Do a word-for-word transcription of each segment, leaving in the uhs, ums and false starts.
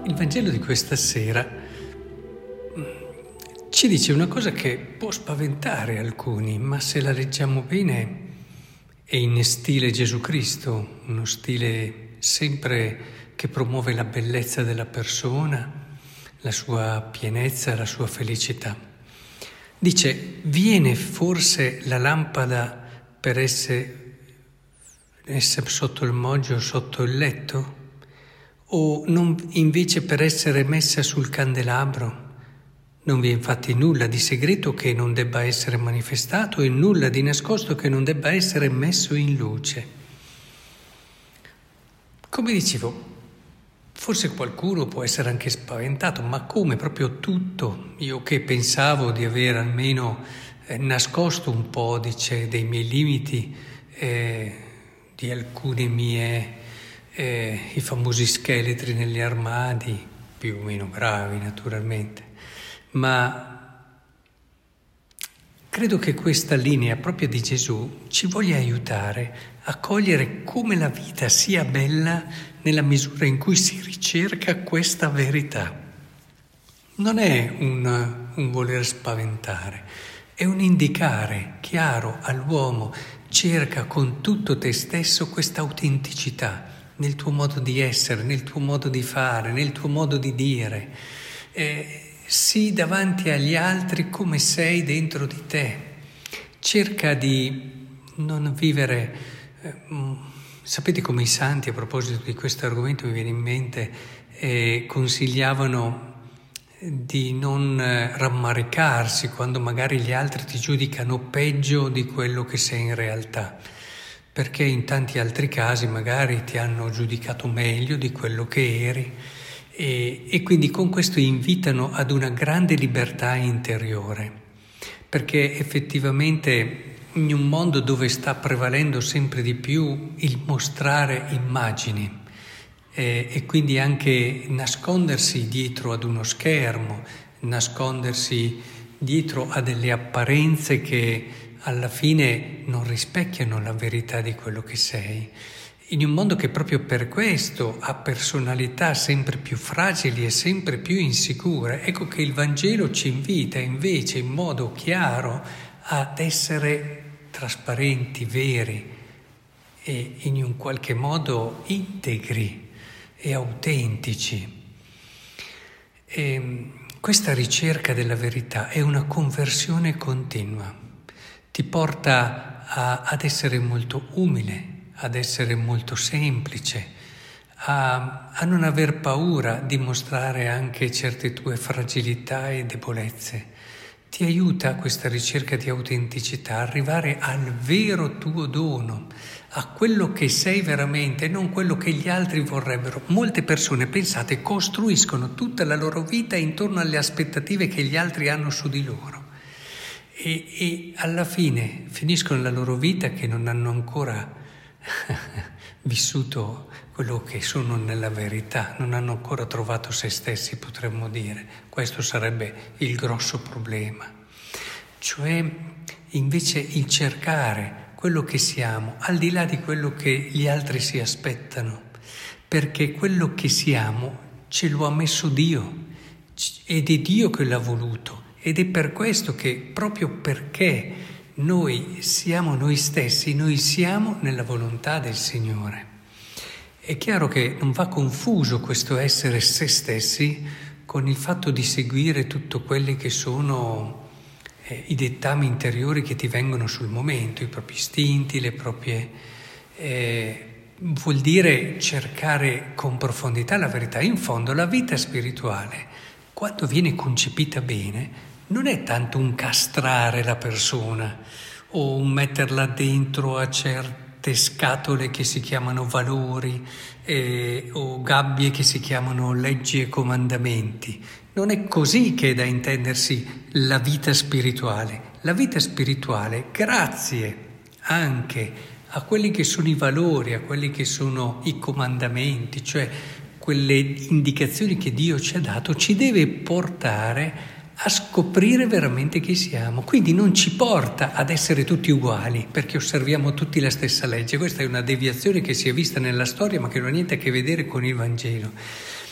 Il Vangelo di questa sera ci dice una cosa che può spaventare alcuni, ma se la leggiamo bene è in stile Gesù Cristo, uno stile sempre che promuove la bellezza della persona, la sua pienezza, la sua felicità. Dice: viene forse la lampada per essere, essere sotto il moggio o sotto il letto? O non invece per essere messa sul candelabro? Non vi è infatti nulla di segreto che non debba essere manifestato e nulla di nascosto che non debba essere messo in luce. Come dicevo, forse qualcuno può essere anche spaventato, ma come proprio tutto? Io che pensavo di aver almeno eh, nascosto un po', dice, dei miei limiti, eh, di alcune mie... Eh, i famosi scheletri negli armadi, più o meno gravi naturalmente, ma credo che questa linea proprio di Gesù ci voglia aiutare a cogliere come la vita sia bella nella misura in cui si ricerca questa verità. Non è un, un voler spaventare, è un indicare chiaro all'uomo: cerca con tutto te stesso questa autenticità nel tuo modo di essere, nel tuo modo di fare, nel tuo modo di dire. Eh, sii davanti agli altri come sei dentro di te. Cerca di non vivere... Eh, sapete come i santi, a proposito di questo argomento mi viene in mente, eh, consigliavano di non eh, rammaricarsi quando magari gli altri ti giudicano peggio di quello che sei in realtà, perché in tanti altri casi magari ti hanno giudicato meglio di quello che eri e, e quindi con questo invitano ad una grande libertà interiore, perché effettivamente in un mondo dove sta prevalendo sempre di più il mostrare immagini eh, e quindi anche nascondersi dietro ad uno schermo, nascondersi dietro a delle apparenze che alla fine non rispecchiano la verità di quello che sei. In un mondo che proprio per questo ha personalità sempre più fragili e sempre più insicure, ecco che il Vangelo ci invita invece in modo chiaro ad essere trasparenti, veri e in un qualche modo integri e autentici. E questa ricerca della verità è una conversione continua. Ti porta a, ad essere molto umile, ad essere molto semplice, a, a non aver paura di mostrare anche certe tue fragilità e debolezze. Ti aiuta questa ricerca di autenticità a arrivare al vero tuo dono, a quello che sei veramente e non quello che gli altri vorrebbero. Molte persone, pensate, costruiscono tutta la loro vita intorno alle aspettative che gli altri hanno su di loro. E, e alla fine finiscono la loro vita che non hanno ancora vissuto quello che sono nella verità, non hanno ancora trovato se stessi, potremmo dire. Questo sarebbe il grosso problema. Cioè, invece, il cercare quello che siamo, al di là di quello che gli altri si aspettano, perché quello che siamo ce lo ha messo Dio ed è Dio che l'ha voluto. Ed è per questo che, proprio perché noi siamo noi stessi, noi siamo nella volontà del Signore. È chiaro che non va confuso questo essere se stessi con il fatto di seguire tutto quelli che sono eh, i dettami interiori che ti vengono sul momento, i propri istinti, le proprie... Eh, vuol dire cercare con profondità la verità. In fondo la vita spirituale, quando viene concepita bene, non è tanto un castrare la persona o un metterla dentro a certe scatole che si chiamano valori eh, o gabbie che si chiamano leggi e comandamenti. Non è così che è da intendersi la vita spirituale. La vita spirituale, grazie anche a quelli che sono i valori, a quelli che sono i comandamenti, cioè quelle indicazioni che Dio ci ha dato, ci deve portare a scoprire veramente chi siamo. Quindi non ci porta ad essere tutti uguali, perché osserviamo tutti la stessa legge. Questa è una deviazione che si è vista nella storia, ma che non ha niente a che vedere con il Vangelo.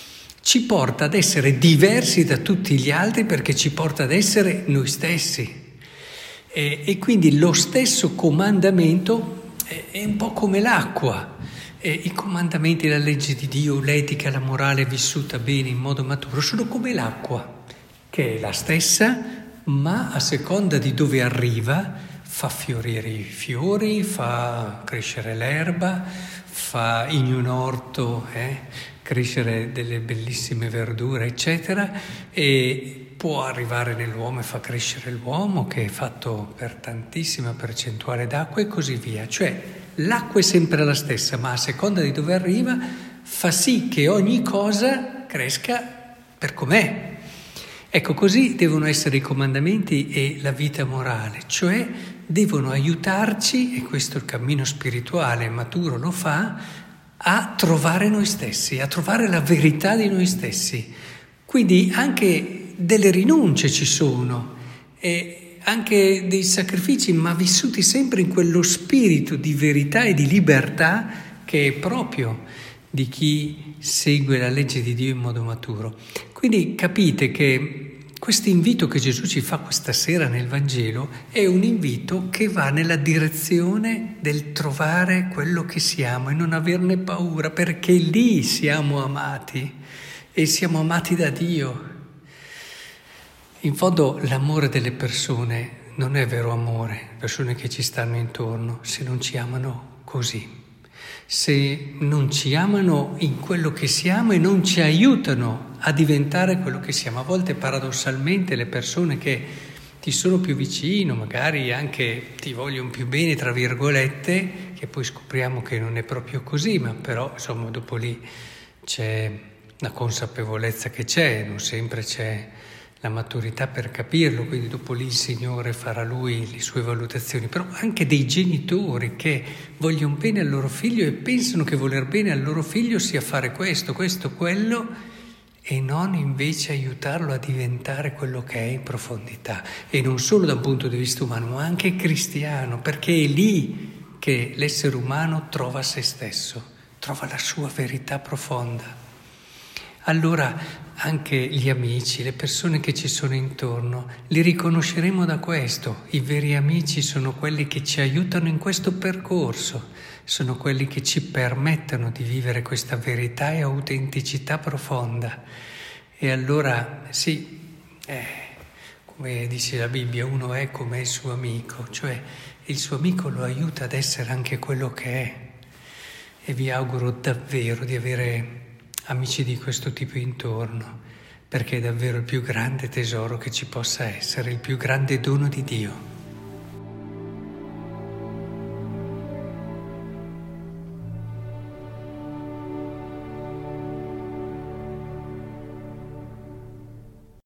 ci porta ad essere diversi da tutti gli altri perché ci porta ad essere noi stessi. E, e quindi lo stesso comandamento è, è un po' come l'acqua. E i comandamenti, la legge di Dio, l'etica, la morale vissuta bene in modo maturo sono come l'acqua, che è la stessa, ma a seconda di dove arriva fa fiorire i fiori, fa crescere l'erba, fa in un orto eh, crescere delle bellissime verdure, eccetera, e può arrivare nell'uomo e fa crescere l'uomo, che è fatto per tantissima percentuale d'acqua e così via. Cioè l'acqua è sempre la stessa, ma a seconda di dove arriva fa sì che ogni cosa cresca per com'è. Ecco, così devono essere i comandamenti e la vita morale, cioè devono aiutarci, e questo il cammino spirituale maturo lo fa, a trovare noi stessi, a trovare la verità di noi stessi. Quindi anche delle rinunce ci sono, e anche dei sacrifici, ma vissuti sempre in quello spirito di verità e di libertà che è proprio di chi segue la legge di Dio in modo maturo. Quindi capite che questo invito che Gesù ci fa questa sera nel Vangelo è un invito che va nella direzione del trovare quello che siamo e non averne paura, perché lì siamo amati e siamo amati da Dio. In fondo l'amore delle persone non è vero amore, persone che ci stanno intorno, se non ci amano così. Se non ci amano in quello che siamo e non ci aiutano a diventare quello che siamo. A volte paradossalmente le persone che ti sono più vicino, magari anche ti vogliono più bene, tra virgolette, che poi scopriamo che non è proprio così, ma però insomma dopo lì c'è la consapevolezza che c'è, non sempre c'è la maturità per capirlo, quindi dopo lì il Signore farà Lui le sue valutazioni, però anche dei genitori che vogliono bene al loro figlio e pensano che voler bene al loro figlio sia fare questo, questo, quello, e non invece aiutarlo a diventare quello che è in profondità, e non solo da un punto di vista umano, ma anche cristiano, perché è lì che l'essere umano trova se stesso, trova la sua verità profonda. Allora anche gli amici, le persone che ci sono intorno, li riconosceremo da questo. I veri amici sono quelli che ci aiutano in questo percorso, sono quelli che ci permettono di vivere questa verità e autenticità profonda. E allora sì, eh, come dice la Bibbia, uno è come il suo amico, cioè il suo amico lo aiuta ad essere anche quello che è. E vi auguro davvero di avere amici di questo tipo intorno, perché è davvero il più grande tesoro che ci possa essere, il più grande dono di Dio.